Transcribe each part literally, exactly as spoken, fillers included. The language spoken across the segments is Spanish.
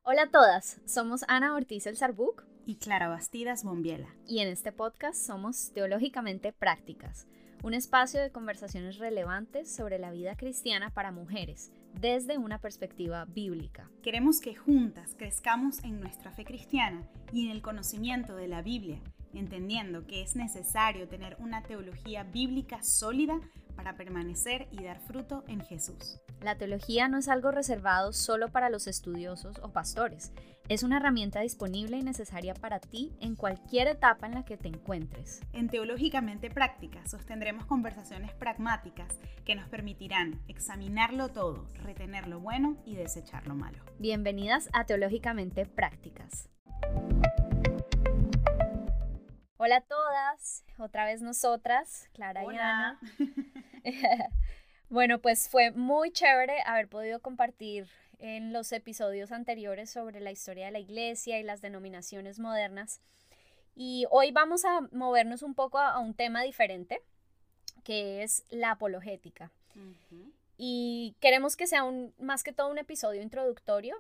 Hola a todas, somos Ana Ortiz El Sarbuc y Clara Bastidas Bombiela. Y en este podcast somos Teológicamente Prácticas, un espacio de conversaciones relevantes sobre la vida cristiana para mujeres, desde una perspectiva bíblica. Queremos que juntas crezcamos en nuestra fe cristiana y en el conocimiento de la Biblia, entendiendo que es necesario tener una teología bíblica sólida para permanecer y dar fruto en Jesús. La teología no es algo reservado solo para los estudiosos o pastores. Es una herramienta disponible y necesaria para ti en cualquier etapa en la que te encuentres. En Teológicamente Prácticas sostendremos conversaciones pragmáticas que nos permitirán examinarlo todo, retener lo bueno y desechar lo malo. Bienvenidas a Teológicamente Prácticas. Hola a todas, otra vez nosotras, Clara Hola. y Ana. Bueno, pues fue muy chévere haber podido compartir en los episodios anteriores sobre la historia de la iglesia y las denominaciones modernas. Y hoy vamos a movernos un poco a, a un tema diferente, que es la apologética. Uh-huh. Y queremos que sea un, más que todo un episodio introductorio,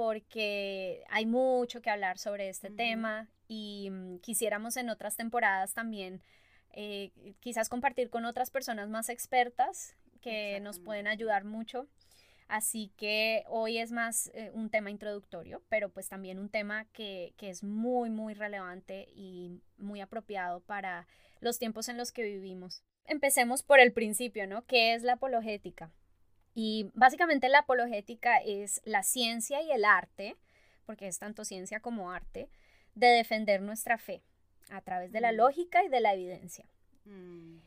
porque hay mucho que hablar sobre este uh-huh. tema y um, quisiéramos en otras temporadas también eh, quizás compartir con otras personas más expertas que nos pueden ayudar mucho. Así que hoy es más eh, un tema introductorio, pero pues también un tema que, que es muy, muy relevante y muy apropiado para los tiempos en los que vivimos. Empecemos por el principio, ¿no? ¿Qué es la apologética? Y básicamente la apologética es la ciencia y el arte, porque es tanto ciencia como arte, de defender nuestra fe a través de la lógica y de la evidencia. Mm.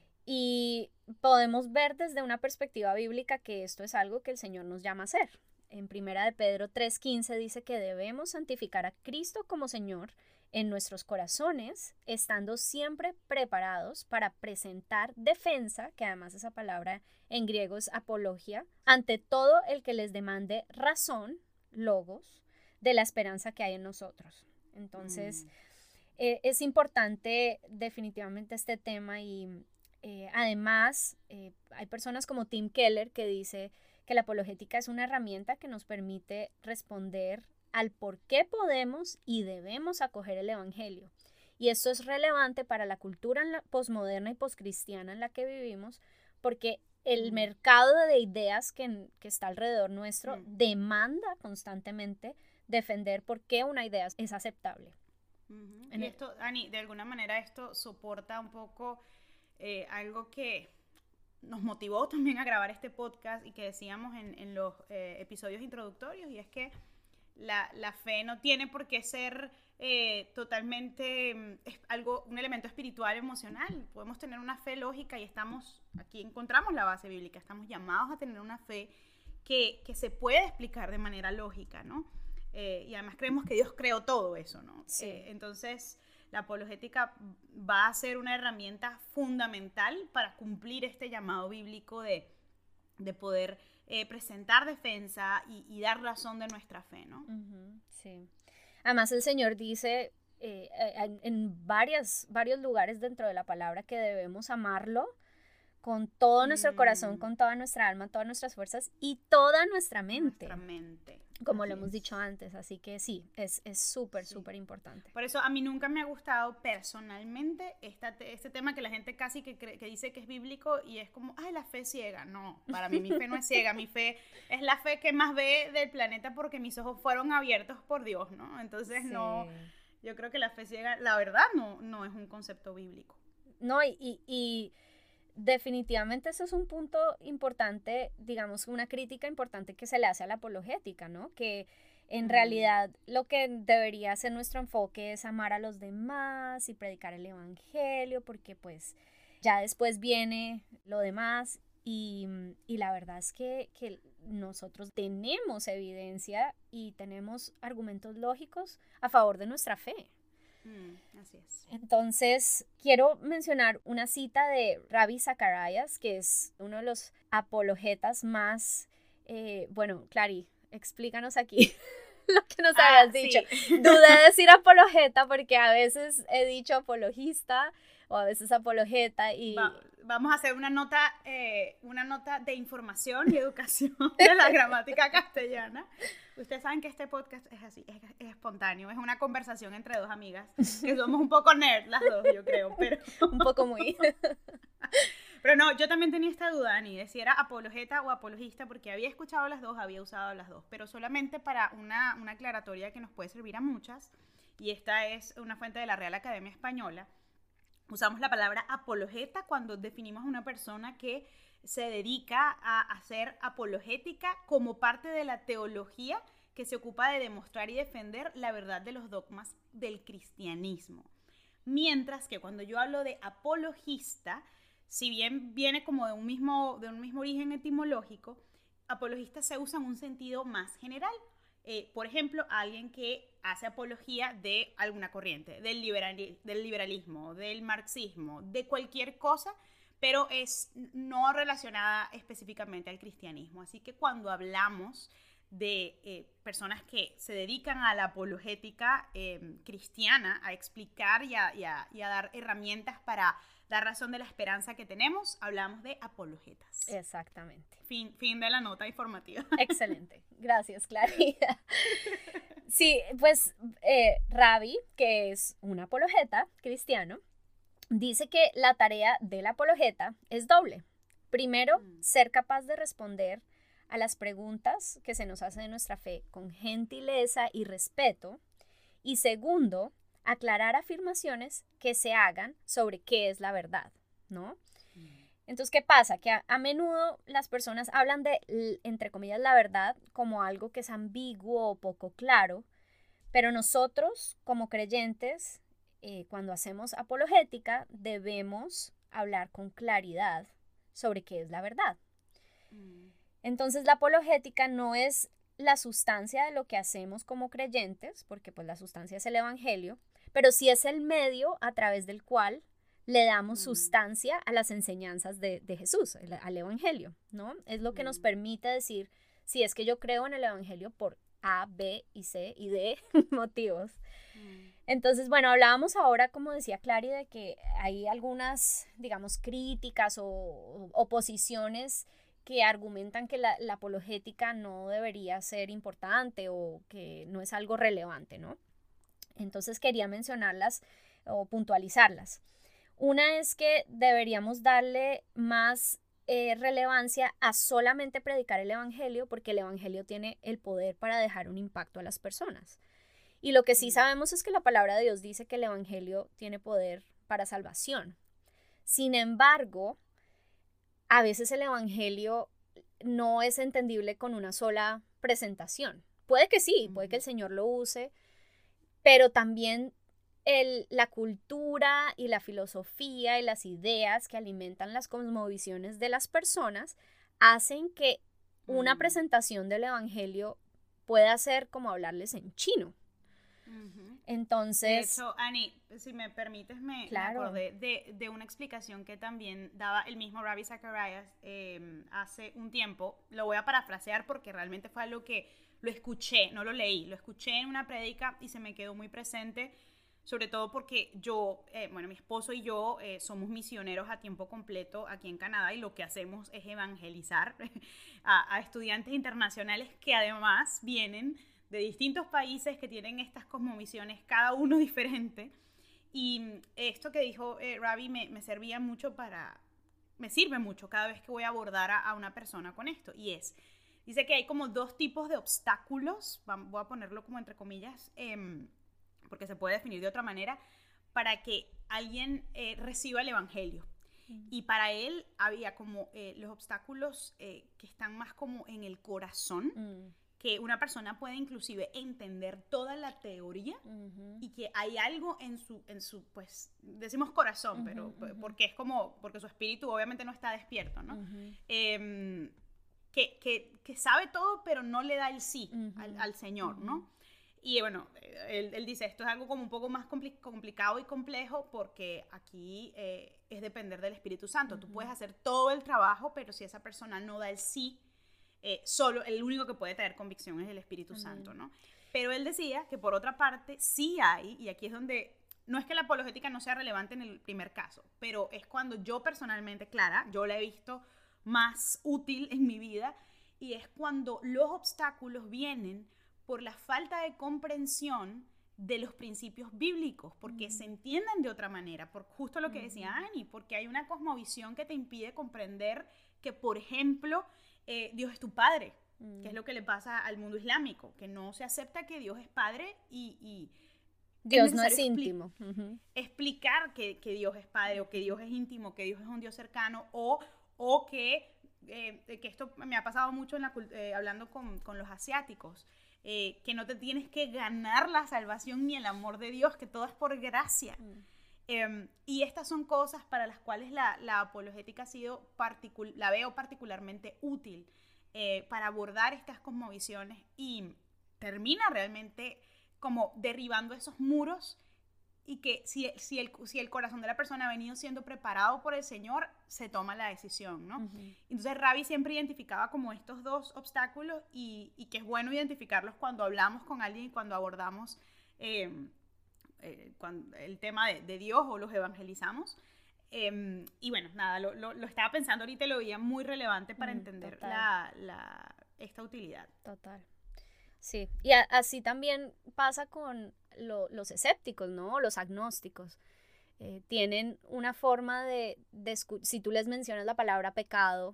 Y podemos ver desde una perspectiva bíblica que esto es algo que el Señor nos llama a hacer. En Primera de Pedro tres quince dice que debemos santificar a Cristo como Señor en nuestros corazones, estando siempre preparados para presentar defensa, que además esa palabra en griego es apología, ante todo el que les demande razón, logos, de la esperanza que hay en nosotros. Entonces, mm. eh, es importante definitivamente este tema y Eh, además, eh, hay personas como Tim Keller que dice que la apologética es una herramienta que nos permite responder al por qué podemos y debemos acoger el evangelio. Y esto es relevante para la cultura en la posmoderna y poscristiana en la que vivimos, porque el mm. mercado de ideas que, que está alrededor nuestro mm. demanda constantemente defender por qué una idea es aceptable. Uh-huh. Y esto, Ani, de alguna manera esto soporta un poco Eh, algo que nos motivó también a grabar este podcast y que decíamos en, en los eh, episodios introductorios, y es que la, la fe no tiene por qué ser eh, totalmente es algo, un elemento espiritual, emocional. Podemos tener una fe lógica y estamos, aquí encontramos la base bíblica, estamos llamados a tener una fe que, que se puede explicar de manera lógica, ¿no? Eh, y además creemos que Dios creó todo eso, ¿no? Sí. Eh, entonces la apologética va a ser una herramienta fundamental para cumplir este llamado bíblico de, de poder eh, presentar defensa y, y dar razón de nuestra fe, ¿no? Uh-huh, sí. Además, el Señor dice eh, en, en varias, varios lugares dentro de la palabra que debemos amarlo con todo nuestro mm. corazón, con toda nuestra alma, todas nuestras fuerzas y toda nuestra mente. Nuestra mente. Como Así lo hemos es. dicho antes, así que sí, es es súper, sí. súper importante. Por eso a mí nunca me ha gustado personalmente esta, este tema que la gente casi que, cree, que dice que es bíblico y es como, ay, la fe es ciega. No, para mí mi fe no es ciega, mi fe es la fe que más ve del planeta porque mis ojos fueron abiertos por Dios, ¿no? Entonces sí. no, yo creo que la fe ciega, la verdad, no, no es un concepto bíblico. No, y... y, y definitivamente eso es un punto importante, digamos, una crítica importante que se le hace a la apologética, ¿no? Que en mm. realidad lo que debería ser nuestro enfoque es amar a los demás y predicar el evangelio, porque pues ya después viene lo demás y, y la verdad es que, que nosotros tenemos evidencia y tenemos argumentos lógicos a favor de nuestra fe. Mm, así es. Entonces, quiero mencionar una cita de Ravi Zacharias, que es uno de los apologetas más, eh, bueno, Clary, explícanos aquí lo que nos ah, habías dicho. Sí. Dudé de decir apologeta porque a veces he dicho apologista o a veces apologeta y... Va, vamos a hacer una nota, eh, una nota de información y educación de la gramática castellana. Ustedes saben que este podcast es así, es, es espontáneo, es una conversación entre dos amigas, que somos un poco nerd las dos, yo creo, pero... un poco muy... Pero no, yo también tenía esta duda, Ani, de si era apologeta o apologista, porque había escuchado las dos, había usado las dos, pero solamente para una, una aclaratoria que nos puede servir a muchas, y esta es una fuente de la Real Academia Española. Usamos la palabra apologeta cuando definimos a una persona que se dedica a hacer apologética como parte de la teología que se ocupa de demostrar y defender la verdad de los dogmas del cristianismo. Mientras que cuando yo hablo de apologista, si bien viene como de un mismo, de un mismo origen etimológico, apologista se usa en un sentido más general. Eh, por ejemplo, alguien que hace apología de alguna corriente, del, liberali- del liberalismo, del marxismo, de cualquier cosa, pero es no relacionada específicamente al cristianismo. Así que cuando hablamos de eh, personas que se dedican a la apologética eh, cristiana, a explicar y a, y, a, y a dar herramientas para dar razón de la esperanza que tenemos, hablamos de apologetas. Exactamente. Fin, fin de la nota informativa. Excelente. Gracias, Clarita. Sí, pues eh, Rabi, que es un apologeta cristiano, dice que la tarea del apologeta es doble. Primero, mm. ser capaz de responder a las preguntas que se nos hacen de nuestra fe con gentileza y respeto. Y segundo, aclarar afirmaciones que se hagan sobre qué es la verdad, ¿no? Mm. Entonces, ¿qué pasa? Que a, a menudo las personas hablan de, entre comillas, la verdad como algo que es ambiguo o poco claro, pero nosotros, como creyentes, eh, cuando hacemos apologética, debemos hablar con claridad sobre qué es la verdad. Mm. Entonces, la apologética no es la sustancia de lo que hacemos como creyentes, porque pues la sustancia es el evangelio, pero sí es el medio a través del cual le damos mm. sustancia a las enseñanzas de, de Jesús, el, al evangelio, ¿no? Es lo que mm. nos permite decir, si es que yo creo en el evangelio por A, B y C y D motivos. Mm. Entonces, bueno, hablábamos ahora, como decía Clary, de que hay algunas, digamos, críticas o, o oposiciones que argumentan que la, la apologética no debería ser importante o que no es algo relevante, ¿no? Entonces quería mencionarlas o puntualizarlas. Una es que deberíamos darle más eh, relevancia a solamente predicar el evangelio, porque el evangelio tiene el poder para dejar un impacto a las personas. Y lo que sí sabemos es que la palabra de Dios dice que el evangelio tiene poder para salvación. Sin embargo, a veces el evangelio no es entendible con una sola presentación. Puede que sí, puede que el Señor lo use, pero también el, la cultura y la filosofía y las ideas que alimentan las cosmovisiones de las personas hacen que una presentación del evangelio pueda ser como hablarles en chino. Uh-huh. Entonces, de hecho, Ani, si me permites, me, claro. me acordé de, de una explicación que también daba el mismo Ravi Zacharias eh, hace un tiempo. Lo voy a parafrasear porque realmente fue algo que lo escuché, no lo leí, lo escuché en una prédica y se me quedó muy presente, sobre todo porque yo, eh, bueno, mi esposo y yo eh, somos misioneros a tiempo completo aquí en Canadá y lo que hacemos es evangelizar a, a estudiantes internacionales que además vienen de distintos países que tienen estas cosmovisiones, cada uno diferente. Y esto que dijo eh, Ravi me, me servía mucho para, me sirve mucho cada vez que voy a abordar a, a una persona con esto. Y es, dice que hay como dos tipos de obstáculos, voy a ponerlo como entre comillas, eh, porque se puede definir de otra manera, para que alguien eh, reciba el evangelio. Mm. Y para él había como eh, los obstáculos eh, que están más como en el corazón, mm. que una persona puede inclusive entender toda la teoría uh-huh. y que hay algo en su, en su, pues, decimos corazón, uh-huh, pero uh-huh. porque es como, porque su espíritu obviamente no está despierto, ¿no? Uh-huh. Eh, que, que, que sabe todo, pero no le da el sí uh-huh. al, al Señor, uh-huh. ¿no? Y bueno, él, él dice, esto es algo como un poco más compli- complicado y complejo porque aquí eh, es depender del Espíritu Santo. Uh-huh. Tú puedes hacer todo el trabajo, pero si esa persona no da el sí, Eh, solo el único que puede traer convicción es el Espíritu uh-huh. Santo, ¿no? Pero él decía que por otra parte sí hay, y aquí es donde, no es que la apologética no sea relevante en el primer caso, pero es cuando yo personalmente, Clara, yo la he visto más útil en mi vida, y es cuando los obstáculos vienen por la falta de comprensión de los principios bíblicos, porque mm. se entienden de otra manera, por justo lo que decía Ani, porque hay una cosmovisión que te impide comprender que, por ejemplo, eh, Dios es tu padre, mm. que es lo que le pasa al mundo islámico, que no se acepta que Dios es padre y... y Dios no es íntimo. Expli uh-huh. Explicar que, que Dios es padre, o que Dios es íntimo, que Dios es un Dios cercano, o, o que, eh, que esto me ha pasado mucho en la, eh, hablando con, con los asiáticos, Eh, que no te tienes que ganar la salvación ni el amor de Dios, que todo es por gracia. Mm. Eh, y estas son cosas para las cuales la, la apologética ha sido particul la veo particularmente útil eh, para abordar estas cosmovisiones, y termina realmente como derribando esos muros, y que si, si, el, si el corazón de la persona ha venido siendo preparado por el Señor, se toma la decisión, ¿no? Uh-huh. Entonces Ravi siempre identificaba como estos dos obstáculos, y, y que es bueno identificarlos cuando hablamos con alguien y cuando abordamos eh, eh, cuando, el tema de, de Dios o los evangelizamos. Eh, y bueno, nada, lo, lo, lo estaba pensando ahorita y lo veía muy relevante para mm, entender la, la, esta utilidad. Total. Sí, y a, así también pasa con lo, los escépticos, ¿no? Los agnósticos. Eh, tienen una forma de, de, si tú les mencionas la palabra pecado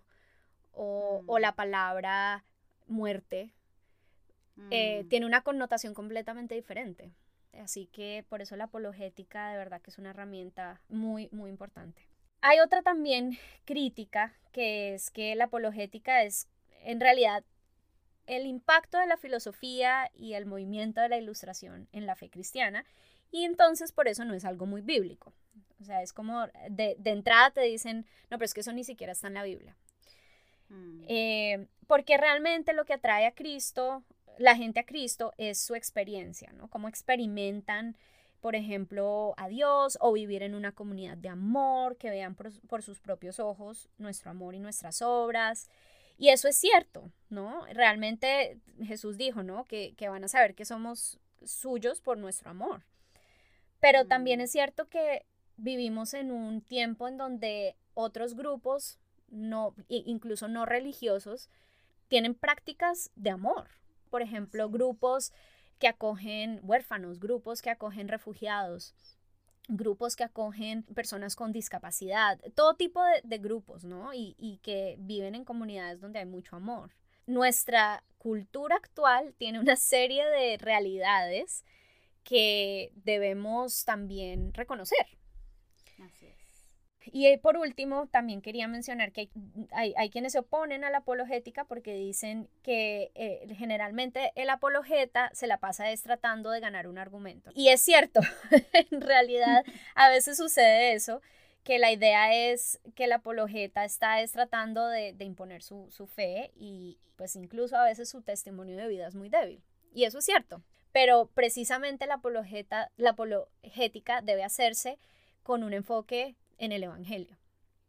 o, mm. o la palabra muerte, mm. eh, tiene una connotación completamente diferente. Así que por eso la apologética de verdad que es una herramienta muy, muy importante. Hay otra también crítica, que es que la apologética es en realidad el impacto de la filosofía y el movimiento de la ilustración en la fe cristiana, y entonces por eso no es algo muy bíblico. O sea, es como de, de entrada te dicen, no, pero es que eso ni siquiera está en la Biblia. Mm. Eh, porque realmente lo que atrae a Cristo, la gente a Cristo, es su experiencia, ¿no? Cómo experimentan, por ejemplo, a Dios, o vivir en una comunidad de amor, que vean por, por sus propios ojos nuestro amor y nuestras obras. Y eso es cierto, ¿no? Realmente Jesús dijo, ¿no? Que, que van a saber que somos suyos por nuestro amor. Pero mm. también es cierto que vivimos en un tiempo en donde otros grupos, no, incluso no religiosos, tienen prácticas de amor. Por ejemplo, grupos que acogen huérfanos, grupos que acogen refugiados, grupos que acogen personas con discapacidad, todo tipo de, de grupos, ¿no? Y, y que viven en comunidades donde hay mucho amor. Nuestra cultura actual tiene una serie de realidades que debemos también reconocer. Así es. Y por último, también quería mencionar que hay, hay, hay quienes se oponen a la apologética porque dicen que eh, generalmente el apologeta se la pasa es tratando de ganar un argumento. Y es cierto, en realidad a veces sucede eso, que la idea es que el apologeta está es tratando de, de imponer su, su fe, y pues incluso a veces su testimonio de vida es muy débil. Y eso es cierto, pero precisamente la apologeta, la apologética debe hacerse con un enfoque en el evangelio.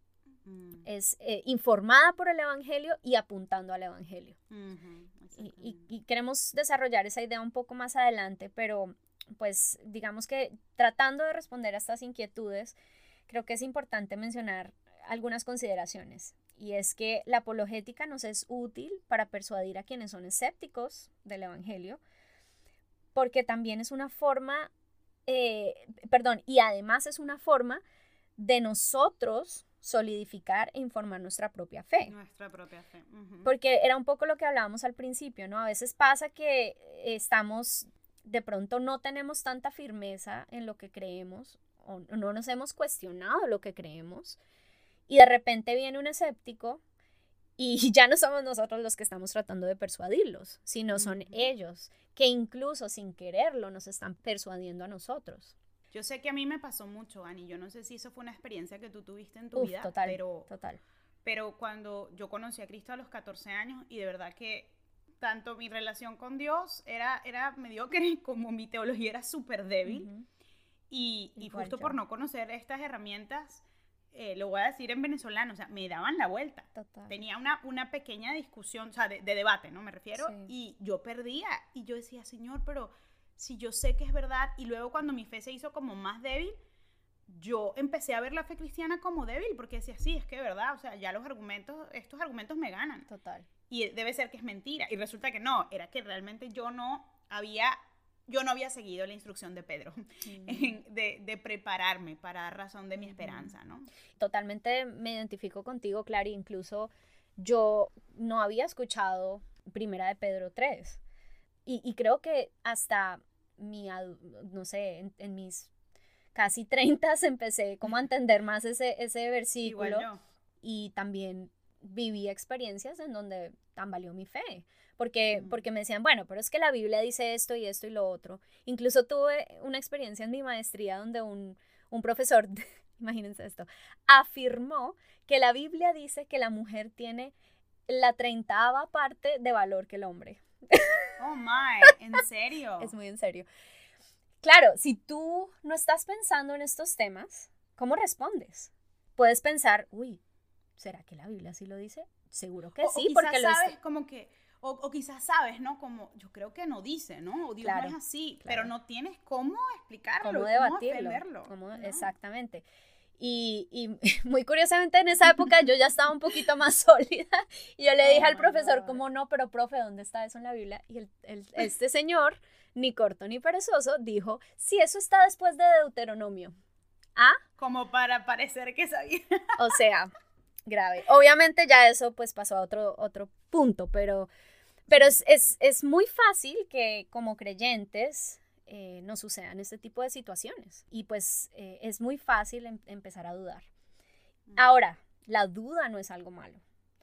Mm. Es eh, informada por el evangelio y apuntando al evangelio. Uh-huh. y, y, y queremos desarrollar esa idea un poco más adelante, pero pues digamos que tratando de responder a estas inquietudes, creo que es importante mencionar algunas consideraciones, y es que la apologética nos es útil para persuadir a quienes son escépticos del evangelio, porque también es una forma, eh, perdón, y además es una forma de nosotros solidificar e informar nuestra propia fe. Nuestra propia fe. Uh-huh. Porque era un poco lo que hablábamos al principio, ¿no? A veces pasa que estamos, de pronto no tenemos tanta firmeza en lo que creemos, o no nos hemos cuestionado lo que creemos, y de repente viene un escéptico y ya no somos nosotros los que estamos tratando de persuadirlos, sino son uh-huh. ellos, que incluso sin quererlo nos están persuadiendo a nosotros. Yo sé que a mí me pasó mucho, Ani, yo no sé si eso fue una experiencia que tú tuviste en tu Uf, vida, total, pero, total. pero cuando yo conocí a Cristo a los catorce años, y de verdad que tanto mi relación con Dios era, era mediocre, como mi teología era súper débil, uh-huh. y, y justo yo. por no conocer estas herramientas, eh, lo voy a decir en venezolano, o sea, me daban la vuelta. Total. Tenía una, una pequeña discusión, o sea, de, de debate, ¿no? Me refiero, sí. y yo perdía, y yo decía, Señor, pero si yo sé que es verdad. Y luego cuando mi fe se hizo como más débil, yo empecé a ver la fe cristiana como débil, porque decía, sí, es que es verdad, o sea, ya los argumentos, estos argumentos me ganan. Total. Y debe ser que es mentira. Y resulta que no, era que realmente yo no había, yo no había seguido la instrucción de Pedro, mm. de, de prepararme para dar razón de mi esperanza, ¿no? Totalmente me identifico contigo, Clary, incluso yo no había escuchado Primera de Pedro tres, y, y creo que hasta mi, no sé, en, en mis casi treinta empecé como a entender más ese, ese versículo. Igual yo. Y también viví experiencias en donde tambaleó mi fe, porque, mm. porque me decían, bueno, pero es que la Biblia dice esto y esto y lo otro. Incluso tuve una experiencia en mi maestría donde un, un profesor, imagínense esto, afirmó que la Biblia dice que la mujer tiene la treintava parte de valor que el hombre. Oh my, ¿en serio? Es muy en serio. Claro, si tú no estás pensando en estos temas, ¿cómo respondes? Puedes pensar, uy, ¿será que la Biblia sí lo dice? Seguro que o, sí, o porque lo sabes como que, o, o quizás sabes, ¿no? Como, yo creo que no dice, ¿no? O Dios claro, no es así, claro. Pero no tienes cómo explicarlo, cómo debatirlo, cómo defenderlo. Cómo, ¿no? Exactamente. Y, y muy curiosamente en esa época yo ya estaba un poquito más sólida y yo le dije oh al profesor, como no, pero profe, ¿dónde está eso en la Biblia? Y el, el, este señor, ni corto ni perezoso, dijo, sí, eso está después de Deuteronomio. ¿Ah? Como para parecer que sabía. O sea, grave. Obviamente ya eso pues pasó a otro, otro punto, pero, pero es, es, es muy fácil que como creyentes eh, nos sucedan este tipo de situaciones. Y pues eh, es muy fácil em- empezar a dudar. Mm. Ahora, la duda no es algo malo.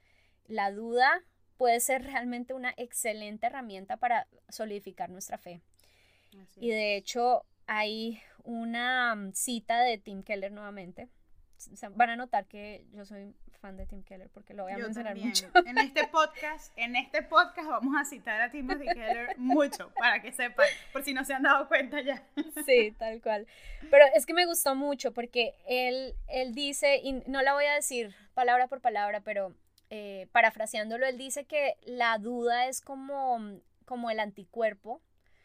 La duda puede ser realmente una excelente herramienta para solidificar nuestra fe. Así y de hecho hay una cita de Tim Keller nuevamente. O sea, van a notar que yo soy fan de Tim Keller porque lo voy a yo mencionar también. mucho. En este podcast, en este podcast vamos a citar a Timothy Keller mucho, para que sepan, por si no se han dado cuenta ya. Sí, tal cual. Pero es que me gustó mucho porque él, él dice, y no la voy a decir palabra por palabra, pero eh, parafraseándolo, él dice que la duda es como, como el anticuerpo,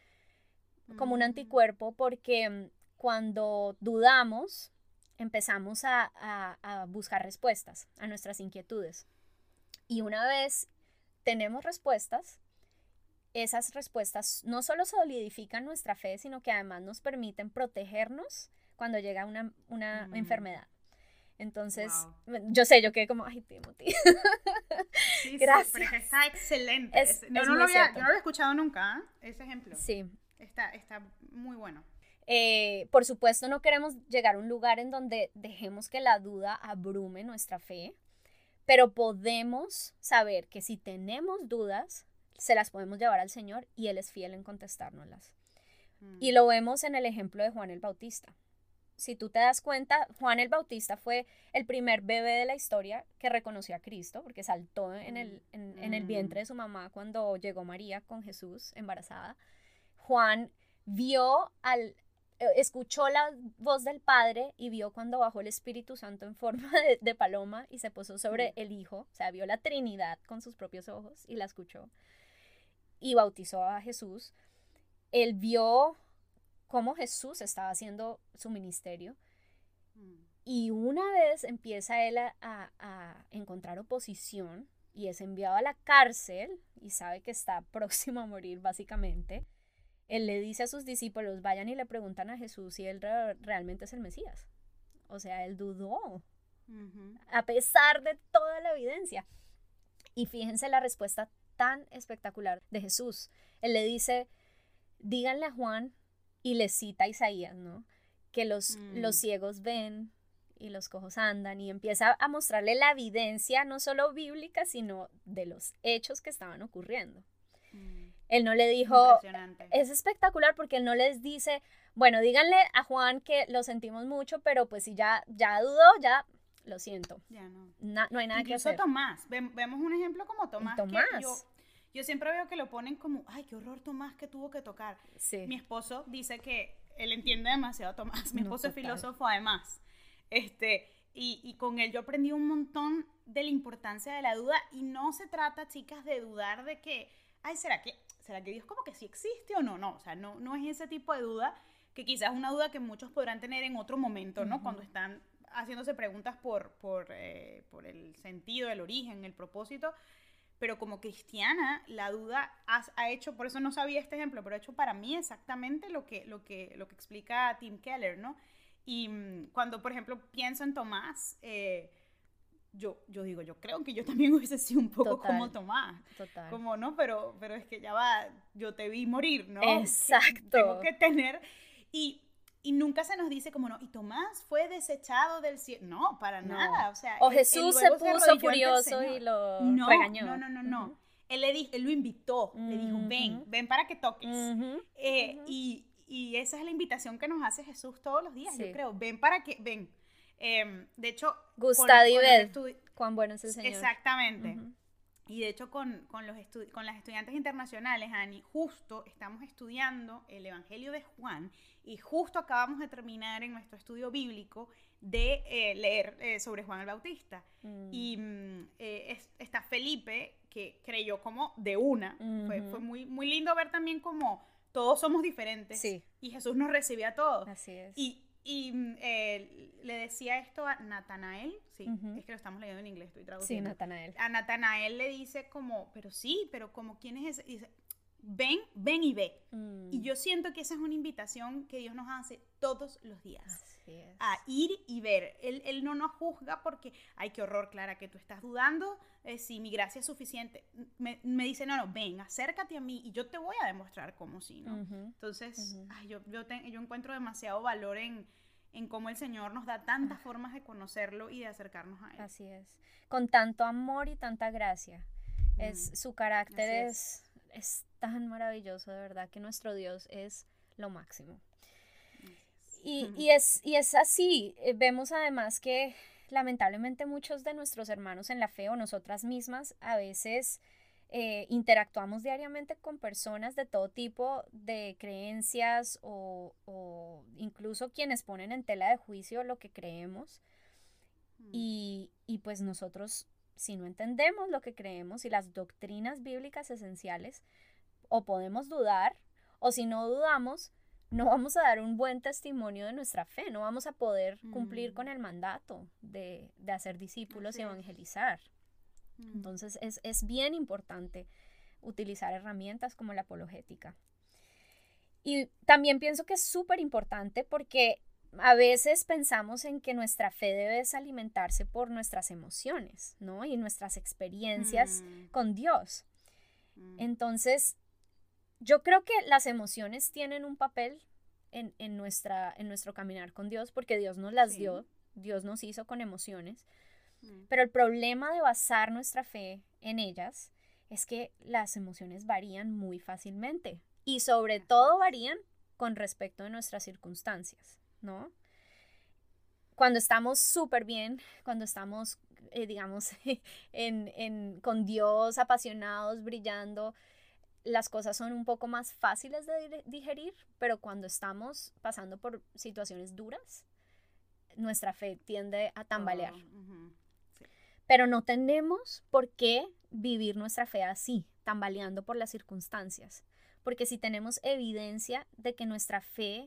como un anticuerpo, porque cuando dudamos, empezamos a, a, a buscar respuestas a nuestras inquietudes. Y una vez tenemos respuestas, esas respuestas no solo solidifican nuestra fe, sino que además nos permiten protegernos cuando llega una, una mm. enfermedad. Entonces, wow. yo sé, yo quedé como, ay, Timothy. Sí, gracias. Sí, pero está excelente. Es, no, es no, muy lo había, cierto. yo no lo había escuchado nunca, ¿eh? Ese ejemplo. Sí. Está, está muy bueno. Eh, por supuesto, no queremos llegar a un lugar en donde dejemos que la duda abrume nuestra fe, pero podemos saber que si tenemos dudas, se las podemos llevar al Señor y Él es fiel en contestárnoslas. Mm. Y lo vemos en el ejemplo de Juan el Bautista. Si tú te das cuenta, Juan el Bautista fue el primer bebé de la historia que reconoció a Cristo, porque saltó en el, en, en el vientre de su mamá cuando llegó María con Jesús embarazada. Juan vio al, escuchó la voz del Padre y vio cuando bajó el Espíritu Santo en forma de, de paloma y se posó sobre mm. el Hijo, o sea, vio la Trinidad con sus propios ojos y la escuchó y bautizó a Jesús. Él vio cómo Jesús estaba haciendo su ministerio mm. y una vez empieza él a, a, a encontrar oposición y es enviado a la cárcel y sabe que está próximo a morir básicamente. Él le dice a sus discípulos, vayan y le preguntan a Jesús si él re- realmente es el Mesías. O sea, él dudó, uh-huh. a pesar de toda la evidencia. Y fíjense la respuesta tan espectacular de Jesús. Él le dice, díganle a Juan, y le cita a Isaías, ¿no? Que los, mm. los ciegos ven y los cojos andan, y empieza a mostrarle la evidencia, no solo bíblica, sino de los hechos que estaban ocurriendo. Mm. Él no le dijo, es espectacular porque él no les dice, bueno, díganle a Juan que lo sentimos mucho, pero pues si ya, ya dudó, ya lo siento. Ya no. Na, no hay nada Incluso que hacer. Tomás, Ve- vemos un ejemplo como Tomás. Tomás. Que yo, yo siempre veo que lo ponen como, ay, qué horror Tomás que tuvo que tocar. Sí. Mi esposo dice que él entiende demasiado a Tomás. Mi esposo no, es filósofo además. Este, y, y con él yo aprendí un montón de la importancia de la duda y no se trata, chicas, de dudar de que, ay, ¿será que... ¿será que Dios como que sí existe o no? No, o sea, no, no es ese tipo de duda, que quizás es una duda que muchos podrán tener en otro momento, ¿no? Uh-huh. Cuando están haciéndose preguntas por, por, eh, por el sentido, el origen, el propósito, pero como cristiana, la duda ha, ha hecho, por eso no sabía este ejemplo, pero ha hecho para mí exactamente lo que, lo que, lo que explica Tim Keller, ¿no? Y mmm, cuando, por ejemplo, pienso en Tomás, eh, yo, yo digo, yo creo que yo también hubiese sido un poco total, como Tomás. Total. Como, ¿no? Pero, pero es que ya va, yo te vi morir, ¿no? Exacto. Que tengo que tener... Y, y nunca se nos dice como, no, y Tomás fue desechado del cielo. No, para no. nada. O, sea, o él, Jesús él se puso se furioso y lo no, regañó. No, no, no, no. Uh-huh. Él, le di, él lo invitó, uh-huh. le dijo, ven, ven para que toques. Uh-huh. Eh, uh-huh. y, y esa es la invitación que nos hace Jesús todos los días, sí. yo creo. Ven para que, ven. Eh, de hecho, gustad y ved cuán bueno es el Señor. Exactamente. Uh-huh. Y de hecho con, con, los estu- con las estudiantes internacionales, Ani, justo estamos estudiando el Evangelio de Juan y justo acabamos de terminar en nuestro estudio bíblico de eh, leer eh, sobre Juan el Bautista. Mm. Y mm, eh, es, está Felipe, que creyó como de una. Uh-huh. Fue, fue muy, muy lindo ver también como todos somos diferentes. Sí. Y Jesús nos recibe a todos. Así es. Y, y eh, le decía esto a Natanael, sí, uh-huh. es que lo estamos leyendo en inglés, estoy traduciendo. Sí, Natanael. A Natanael le dice como, pero sí, pero como, ¿quién es ese? Y dice, ven, ven y ve. Mm. Y yo siento que esa es una invitación que Dios nos hace todos los días. Así es. A ir y ver. Él, él no nos juzga porque, ay, qué horror, Clara, que tú estás dudando eh, si mi gracia es suficiente. Me, me dice, no, no, ven, acércate a mí y yo te voy a demostrar cómo sí, ¿no? Uh-huh. Entonces, uh-huh. ay, yo, yo, te, yo encuentro demasiado valor en, en cómo el Señor nos da tantas uh-huh. formas de conocerlo y de acercarnos a Él. Así es. Con tanto amor y tanta gracia. Uh-huh. Es, su carácter es, es, es tan maravilloso, de verdad, que nuestro Dios es lo máximo. Y, uh-huh. y, es, y es así, vemos además que lamentablemente muchos de nuestros hermanos en la fe o nosotras mismas a veces eh, interactuamos diariamente con personas de todo tipo de creencias o, o incluso quienes ponen en tela de juicio lo que creemos uh-huh. y, y pues nosotros si no entendemos lo que creemos y las doctrinas bíblicas esenciales o podemos dudar o si no dudamos no vamos a dar un buen testimonio de nuestra fe, no vamos a poder cumplir mm. con el mandato de, de hacer discípulos Así y evangelizar. Mm. Entonces es, es bien importante utilizar herramientas como la apologética. Y también pienso que es súper importante porque a veces pensamos en que nuestra fe debe alimentarse por nuestras emociones, ¿no? Y nuestras experiencias mm. con Dios. Mm. Entonces, yo creo que las emociones tienen un papel en, en, nuestra, en nuestro caminar con Dios porque Dios nos las sí. dio, Dios nos hizo con emociones, mm. pero el problema de basar nuestra fe en ellas es que las emociones varían muy fácilmente y sobre todo varían con respecto a nuestras circunstancias, ¿no? Cuando estamos súper bien, cuando estamos, eh, digamos, en, en, con Dios, apasionados, brillando, las cosas son un poco más fáciles de digerir, pero cuando estamos pasando por situaciones duras, nuestra fe tiende a tambalear. Oh, uh-huh. sí. Pero no tenemos por qué vivir nuestra fe así, tambaleando por las circunstancias, porque si tenemos evidencia de que nuestra fe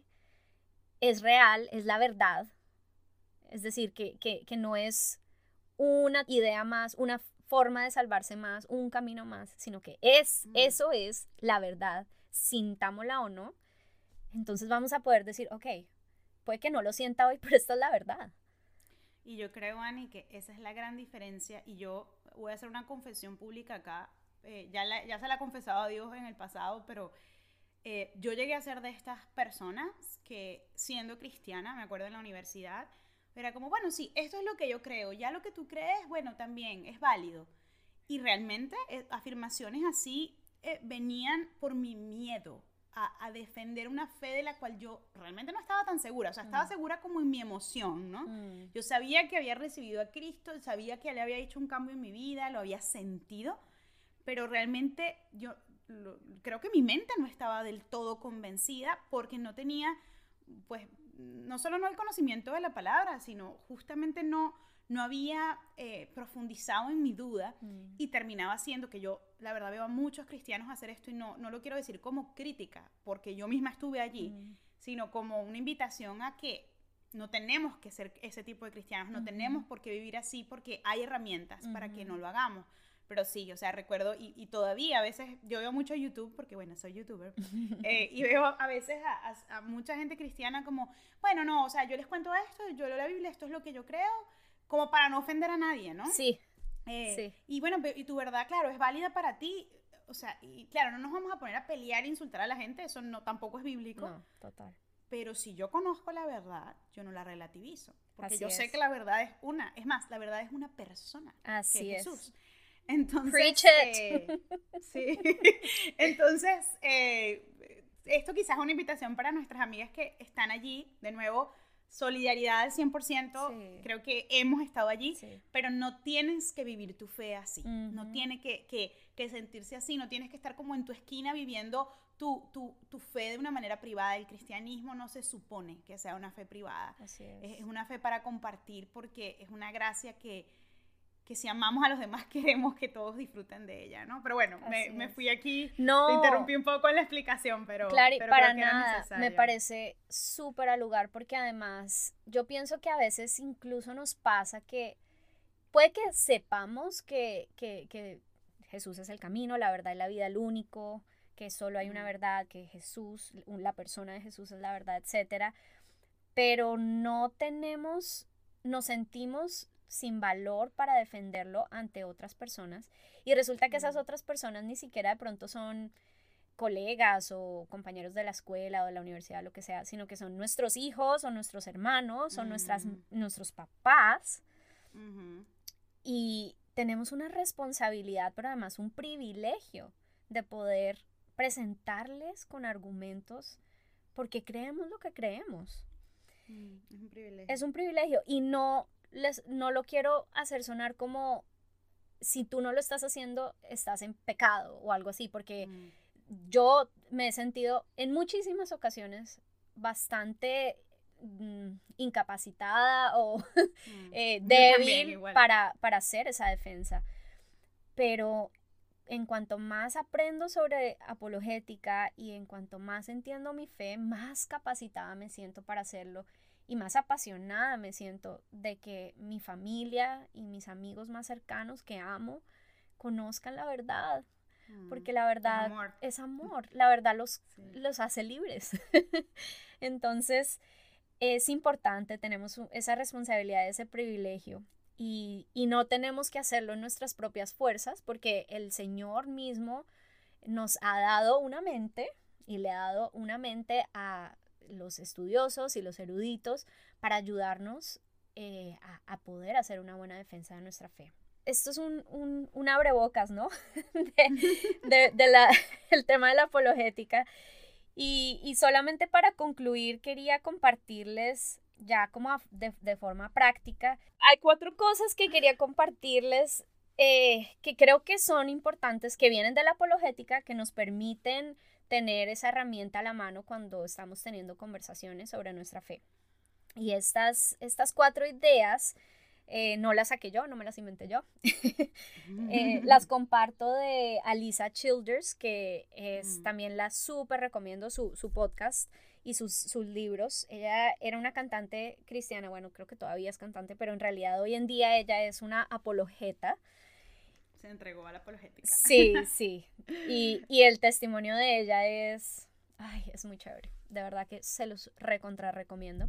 es real, es la verdad, es decir, que, que, que no es una idea más, una forma de salvarse más, un camino más, sino que es, mm. eso es la verdad, sintámosla o no, entonces vamos a poder decir, ok, puede que no lo sienta hoy, pero esta es la verdad. Y yo creo, Ani, que esa es la gran diferencia, y yo voy a hacer una confesión pública acá, eh, ya, la, ya se la he confesado a Dios en el pasado, pero eh, yo llegué a ser de estas personas que siendo cristiana, me acuerdo en la universidad, era como, bueno, sí, esto es lo que yo creo, ya lo que tú crees, bueno, también es válido. Y realmente eh, afirmaciones así eh, venían por mi miedo a, a defender una fe de la cual yo realmente no estaba tan segura. O sea, estaba mm. segura como en mi emoción, ¿no? Mm. Yo sabía que había recibido a Cristo, sabía que le había hecho un cambio en mi vida, lo había sentido, pero realmente yo lo, creo que mi mente no estaba del todo convencida porque no tenía, pues, no solo no el conocimiento de la palabra, sino justamente no, no había eh, profundizado en mi duda mm. y terminaba siendo que yo, la verdad, veo a muchos cristianos hacer esto y no, no lo quiero decir como crítica, porque yo misma estuve allí, mm. sino como una invitación a que no tenemos que ser ese tipo de cristianos, no mm-hmm. tenemos por qué vivir así porque hay herramientas mm-hmm. para que no lo hagamos. pero sí, o sea, recuerdo, y, y todavía a veces, yo veo mucho YouTube, porque bueno, soy youtuber, eh, y veo a veces a, a, a mucha gente cristiana como, bueno, no, o sea, yo les cuento esto, yo leo la Biblia, esto es lo que yo creo, como para no ofender a nadie, ¿no? Sí, eh, sí. Y bueno, y tu verdad, claro, es válida para ti, o sea, y claro, no nos vamos a poner a pelear e insultar a la gente, eso no tampoco es bíblico. No, total. Pero si yo conozco la verdad, yo no la relativizo. Porque Así yo es. sé que la verdad es una. Es más, la verdad es una persona. Así que es es. Jesús. Entonces. Preach it. Eh, sí. Entonces, eh, esto quizás es una invitación para nuestras amigas que están allí. De nuevo, solidaridad al cien por ciento. Sí. Creo que hemos estado allí. Sí. Pero no tienes que vivir tu fe así. Uh-huh. No tiene que, que, que sentirse así. No tienes que estar como en tu esquina viviendo Tu, tu, tu fe de una manera privada. El cristianismo no se supone que sea una fe privada. Así es. Es, es una fe para compartir porque es una gracia que, que si amamos a los demás queremos que todos disfruten de ella, ¿no? Pero bueno, me, me fui aquí, no, te interrumpí un poco en la explicación, pero, claro, pero para creo que nada, era necesario. Me parece súper al lugar porque además yo pienso que a veces incluso nos pasa que puede que sepamos que, que, que Jesús es el camino, la verdad y la vida, el único, que solo hay una verdad, que Jesús, la persona de Jesús es la verdad, etcétera, pero no tenemos, nos sentimos sin valor para defenderlo ante otras personas y resulta que esas otras personas ni siquiera de pronto son colegas o compañeros de la escuela o de la universidad, lo que sea, sino que son nuestros hijos o nuestros hermanos o nuestras, nuestros papás. Uh-huh. Y tenemos una responsabilidad, pero además un privilegio de poder presentarles con argumentos porque creemos lo que creemos. Mm, es un privilegio. Es un privilegio y no, les, no lo quiero hacer sonar como si tú no lo estás haciendo estás en pecado o algo así, porque mm. yo me he sentido en muchísimas ocasiones bastante mm, incapacitada o mm. eh, débil para, para hacer esa defensa, pero en cuanto más aprendo sobre apologética y en cuanto más entiendo mi fe, más capacitada me siento para hacerlo y más apasionada me siento de que mi familia y mis amigos más cercanos que amo conozcan la verdad, mm, porque la verdad es amor, es amor. La verdad los, sí. los hace libres. Entonces es importante, tenemos esa responsabilidad, ese privilegio. Y, y no tenemos que hacerlo en nuestras propias fuerzas porque el Señor mismo nos ha dado una mente y le ha dado una mente a los estudiosos y los eruditos para ayudarnos eh, a, a poder hacer una buena defensa de nuestra fe. Esto es un, un, un abrebocas, ¿no? de, de, de la, el tema de la apologética. Y, y solamente para concluir quería compartirles ya como de, de forma práctica. Hay cuatro cosas que quería compartirles eh, que creo que son importantes, que vienen de la apologética, que nos permiten tener esa herramienta a la mano cuando estamos teniendo conversaciones sobre nuestra fe. Y estas, estas cuatro ideas eh, no las saqué yo, no me las inventé yo. eh, las comparto de Alisa Childers, que es mm. también la súper recomiendo su, su podcast y sus, sus libros. Ella era una cantante cristiana, bueno, creo que todavía es cantante, pero en realidad hoy en día ella es una apologeta. Se entregó a la apologética. Sí, sí. Y, y el testimonio de ella es, ay, es muy chévere. De verdad que se los recontra recomiendo.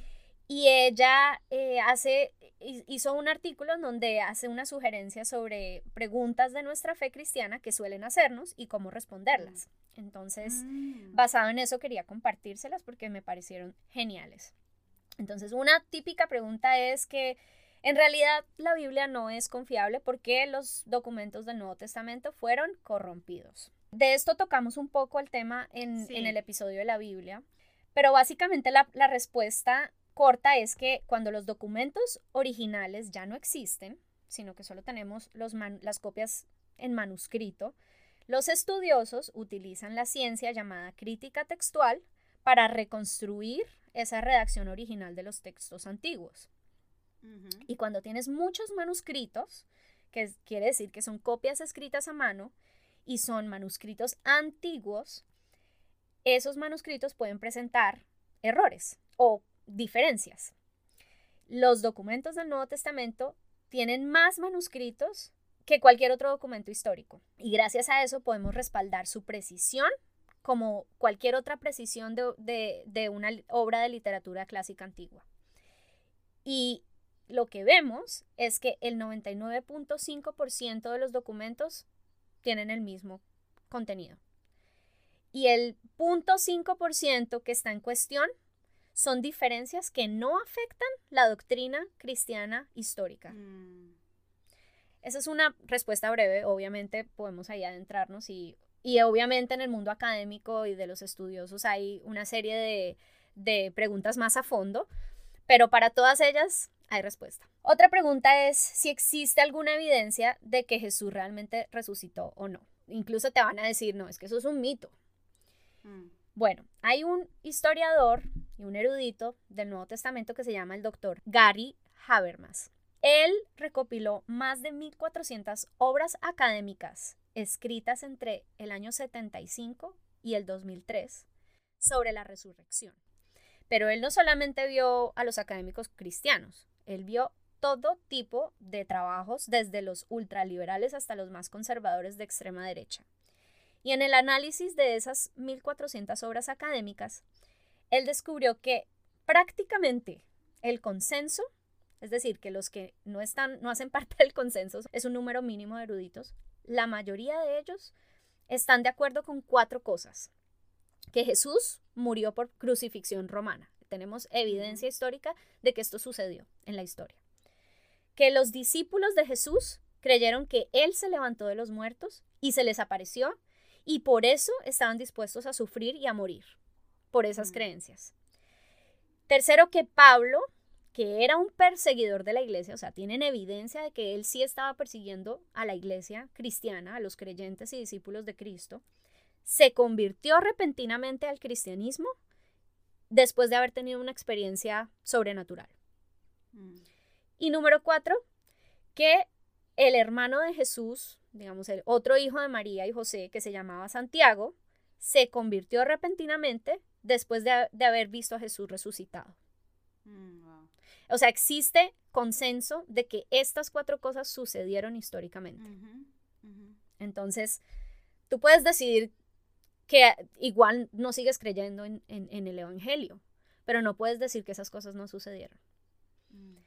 Y ella eh, hace, hizo un artículo en donde hace una sugerencia sobre preguntas de nuestra fe cristiana que suelen hacernos y cómo responderlas. Entonces, mm. basado en eso quería compartírselas porque me parecieron geniales. Entonces, una típica pregunta es que en realidad la Biblia no es confiable porque los documentos del Nuevo Testamento fueron corrompidos. De esto tocamos un poco el tema en, sí. en el episodio de la Biblia, pero básicamente la, la respuesta corta es que cuando los documentos originales ya no existen, sino que solo tenemos los man, las copias en manuscrito, los estudiosos utilizan la ciencia llamada crítica textual para reconstruir esa redacción original de los textos antiguos. Uh-huh. Y cuando tienes muchos manuscritos, que quiere decir que son copias escritas a mano y son manuscritos antiguos, esos manuscritos pueden presentar errores o diferencias. Los documentos del Nuevo Testamento tienen más manuscritos que cualquier otro documento histórico. Y gracias a eso podemos respaldar su precisión como cualquier otra precisión de, de, de una obra de literatura clásica antigua. Y lo que vemos es que el noventa y nueve punto cinco por ciento de los documentos tienen el mismo contenido. Y el cero punto cinco por ciento que está en cuestión son diferencias que no afectan la doctrina cristiana histórica. Mm. Esa es una respuesta breve, obviamente podemos ahí adentrarnos y, y obviamente en el mundo académico y de los estudiosos hay una serie de, de preguntas más a fondo, pero para todas ellas hay respuesta. Otra pregunta es si existe alguna evidencia de que Jesús realmente resucitó o no. Incluso te van a decir, no, es que eso es un mito. Mm. Bueno, hay un historiador y un erudito del Nuevo Testamento que se llama el doctor Gary Habermas. Él recopiló más de mil cuatrocientas obras académicas escritas entre el año setenta y cinco y el dos mil tres sobre la resurrección. Pero él no solamente vio a los académicos cristianos, él vio todo tipo de trabajos, desde los ultraliberales hasta los más conservadores de extrema derecha. Y en el análisis de esas mil cuatrocientas obras académicas, él descubrió que prácticamente el consenso, es decir, que los que no, están, no hacen parte del consenso, es un número mínimo de eruditos, la mayoría de ellos están de acuerdo con cuatro cosas. Que Jesús murió por crucifixión romana. Tenemos evidencia histórica de que esto sucedió en la historia. Que los discípulos de Jesús creyeron que Él se levantó de los muertos y se les apareció y por eso estaban dispuestos a sufrir y a morir por esas mm. creencias. Tercero, que Pablo, que era un perseguidor de la iglesia, o sea, tienen evidencia de que él sí estaba persiguiendo a la iglesia cristiana, a los creyentes y discípulos de Cristo, se convirtió repentinamente al cristianismo después de haber tenido una experiencia sobrenatural. Mm. Y número cuatro, que el hermano de Jesús, digamos el otro hijo de María y José, que se llamaba Santiago, se convirtió repentinamente después de, de haber visto a Jesús resucitado. Mm, wow. O sea, existe consenso de que estas cuatro cosas sucedieron históricamente. Uh-huh, uh-huh. Entonces, tú puedes decidir que igual no sigues creyendo en, en, en el evangelio, pero no puedes decir que esas cosas no sucedieron. Mm.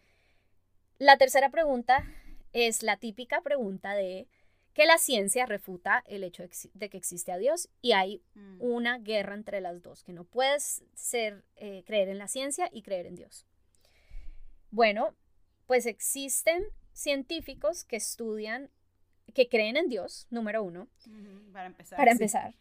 La tercera pregunta es la típica pregunta de que la ciencia refuta el hecho de que existe a Dios y hay mm. una guerra entre las dos, que no puedes ser, eh, creer en la ciencia y creer en Dios. Bueno, pues existen científicos que estudian, que creen en Dios, número uno. Uh-huh, para empezar. Para sí. empezar.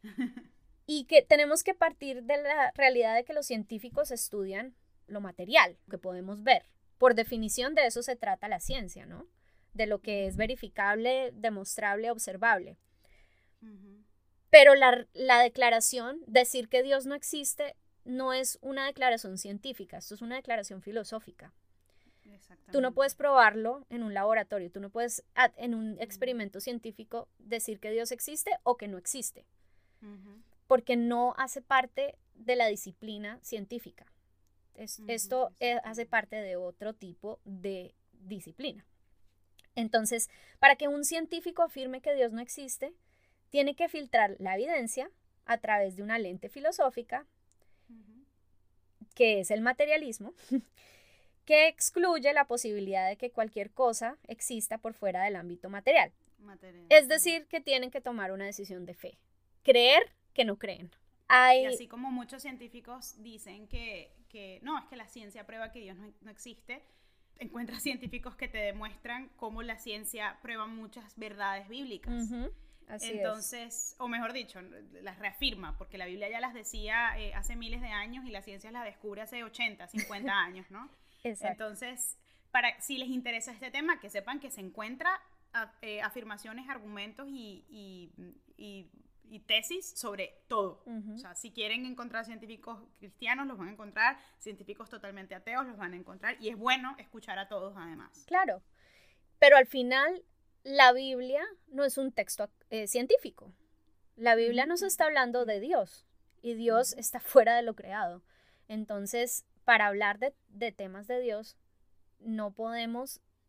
Y que tenemos que partir de la realidad de que los científicos estudian lo material, que podemos ver. Por definición de eso se trata la ciencia, ¿no? De lo que es verificable, demostrable, observable. Uh-huh. Pero la, la declaración, decir que Dios no existe, no es una declaración científica, esto es una declaración filosófica. Tú no puedes probarlo en un laboratorio, tú no puedes en un experimento uh-huh. científico decir que Dios existe o que no existe. Uh-huh. Porque no hace parte de la disciplina científica. Es, uh-huh. Esto es, hace parte de otro tipo de disciplina. Entonces, para que un científico afirme que Dios no existe, tiene que filtrar la evidencia a través de una lente filosófica, uh-huh. que es el materialismo, que excluye la posibilidad de que cualquier cosa exista por fuera del ámbito material. material. Es decir, que tienen que tomar una decisión de fe. Creer que no creen. Hay... Y así como muchos científicos dicen que, que no, es que la ciencia prueba que Dios no, no existe, encuentras científicos que te demuestran cómo la ciencia prueba muchas verdades bíblicas. Uh-huh. Así Entonces, es. o mejor dicho, las reafirma, porque la Biblia ya las decía eh, hace miles de años y la ciencia las descubre hace ochenta, cincuenta años, ¿no? Exacto. Entonces, para, si les interesa este tema, que sepan que se encuentra a, eh, afirmaciones, argumentos y, y, y y tesis sobre todo. Uh-huh. O sea, si quieren encontrar científicos cristianos, los van a encontrar, científicos totalmente ateos, los van a encontrar, y es bueno escuchar a todos además. Claro, pero al final la Biblia no es un texto eh, científico. La Biblia uh-huh. nos está hablando de Dios, y Dios uh-huh. está fuera de lo creado. Entonces, para hablar de, de temas de Dios, no podemos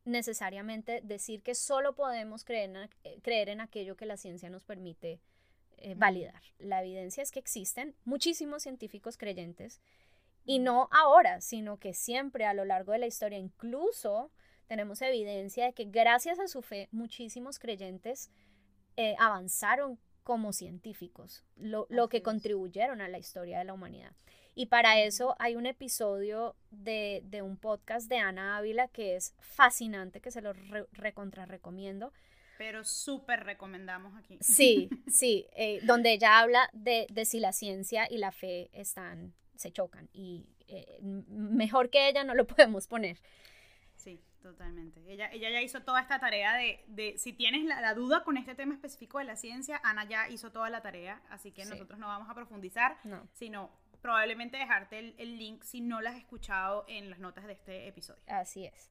necesariamente decir que solo podemos creer en, eh, creer en aquello que la ciencia nos permite eh, validar. La evidencia es que existen muchísimos científicos creyentes, y no ahora, sino que siempre a lo largo de la historia. Incluso tenemos evidencia de que gracias a su fe muchísimos creyentes eh, avanzaron como científicos, lo, lo que contribuyeron a la historia de la humanidad. Y para eso hay un episodio de, de un podcast de Ana Ávila que es fascinante, que se lo re, recontra recomiendo. Pero súper recomendamos aquí. Sí, sí, eh, donde ella habla de, de si la ciencia y la fe están, se chocan. Y eh, mejor que ella no lo podemos poner. Sí, totalmente. Ella, ella ya hizo toda esta tarea de, de si tienes la, la duda con este tema específico de la ciencia, Ana ya hizo toda la tarea, así que sí. Nosotros no vamos a profundizar, no. sino probablemente dejarte el, el link si no lo has escuchado en las notas de este episodio. Así es.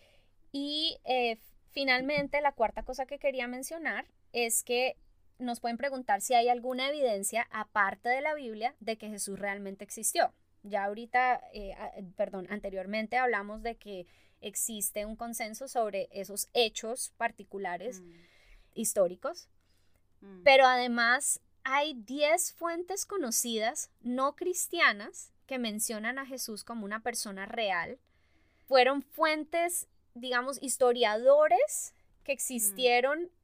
Y eh, finalmente, la cuarta cosa que quería mencionar es que nos pueden preguntar si hay alguna evidencia, aparte de la Biblia, de que Jesús realmente existió. Ya ahorita, eh, perdón, anteriormente hablamos de que existe un consenso sobre esos hechos particulares mm. históricos, mm. pero además hay diez fuentes conocidas no cristianas que mencionan a Jesús como una persona real. Fueron fuentes, digamos, historiadores que existieron mm.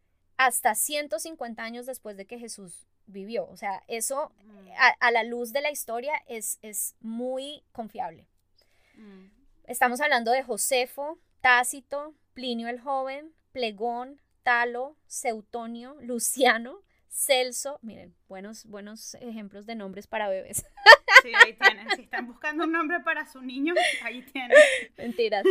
hasta ciento cincuenta años después de que Jesús vivió. O sea, eso mm. a, a la luz de la historia es, es muy confiable. Mm. Estamos hablando de Josefo, Tácito, Plinio el Joven, Plegón, Talo, Seutonio, Luciano, Celso. Miren, buenos, buenos ejemplos de nombres para bebés. Sí, ahí tienen. Si están buscando un nombre para su niño, ahí tienen. Mentiras.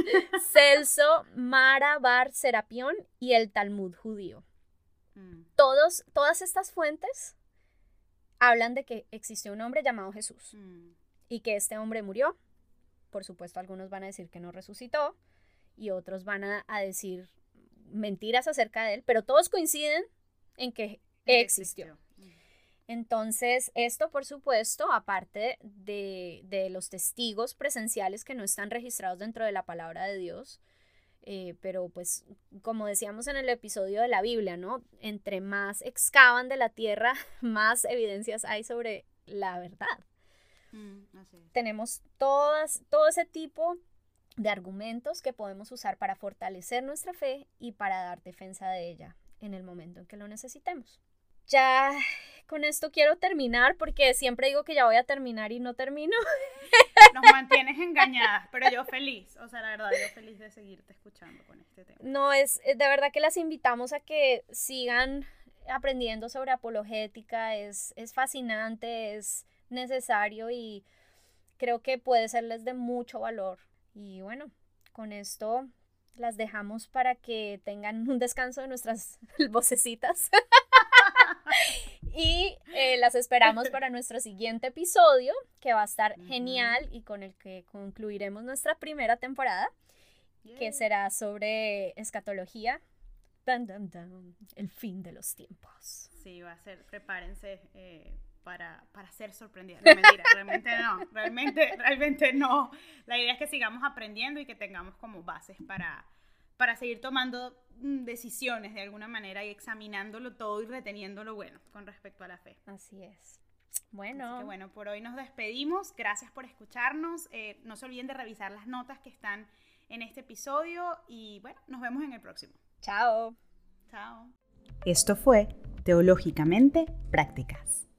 Celso, Mara, Bar, Serapión y el Talmud judío. Mm. Todos, todas estas fuentes hablan de que existió un hombre llamado Jesús mm. y que este hombre murió. Por supuesto, algunos van a decir que no resucitó y otros van a, a decir mentiras acerca de él, pero todos coinciden en que existió. existió. Entonces, esto, por supuesto, aparte de, de los testigos presenciales que no están registrados dentro de la palabra de Dios, eh, pero pues, como decíamos en el episodio de la Biblia, ¿no? Entre más excavan de la tierra, más evidencias hay sobre la verdad. Mm, así es. Tenemos todas, todo ese tipo de argumentos que podemos usar para fortalecer nuestra fe y para dar defensa de ella en el momento en que lo necesitemos. Ya con esto quiero terminar porque siempre digo que ya voy a terminar y no termino. Nos mantienes engañadas, pero yo feliz, o sea, la verdad, yo feliz de seguirte escuchando con este tema. No, es de verdad que las invitamos a que sigan aprendiendo sobre apologética, es, es fascinante, es necesario y creo que puede serles de mucho valor. Y bueno, con esto las dejamos para que tengan un descanso de nuestras vocecitas. Y eh, las esperamos para nuestro siguiente episodio, que va a estar uh-huh. genial y con el que concluiremos nuestra primera temporada, yeah. que será sobre escatología, dun, dun, dun, el fin de los tiempos. Sí, va a ser, prepárense eh, para, para ser sorprendidas. No, mentira, realmente no, realmente, realmente no. La idea es que sigamos aprendiendo y que tengamos como bases para, para seguir tomando decisiones de alguna manera y examinándolo todo y reteniendo lo bueno con respecto a la fe. Así es. Bueno. Así que bueno, por hoy nos despedimos. Gracias por escucharnos. Eh, no se olviden de revisar las notas que están en este episodio y bueno, nos vemos en el próximo. Chao. Chao. Esto fue Teológicamente Prácticas.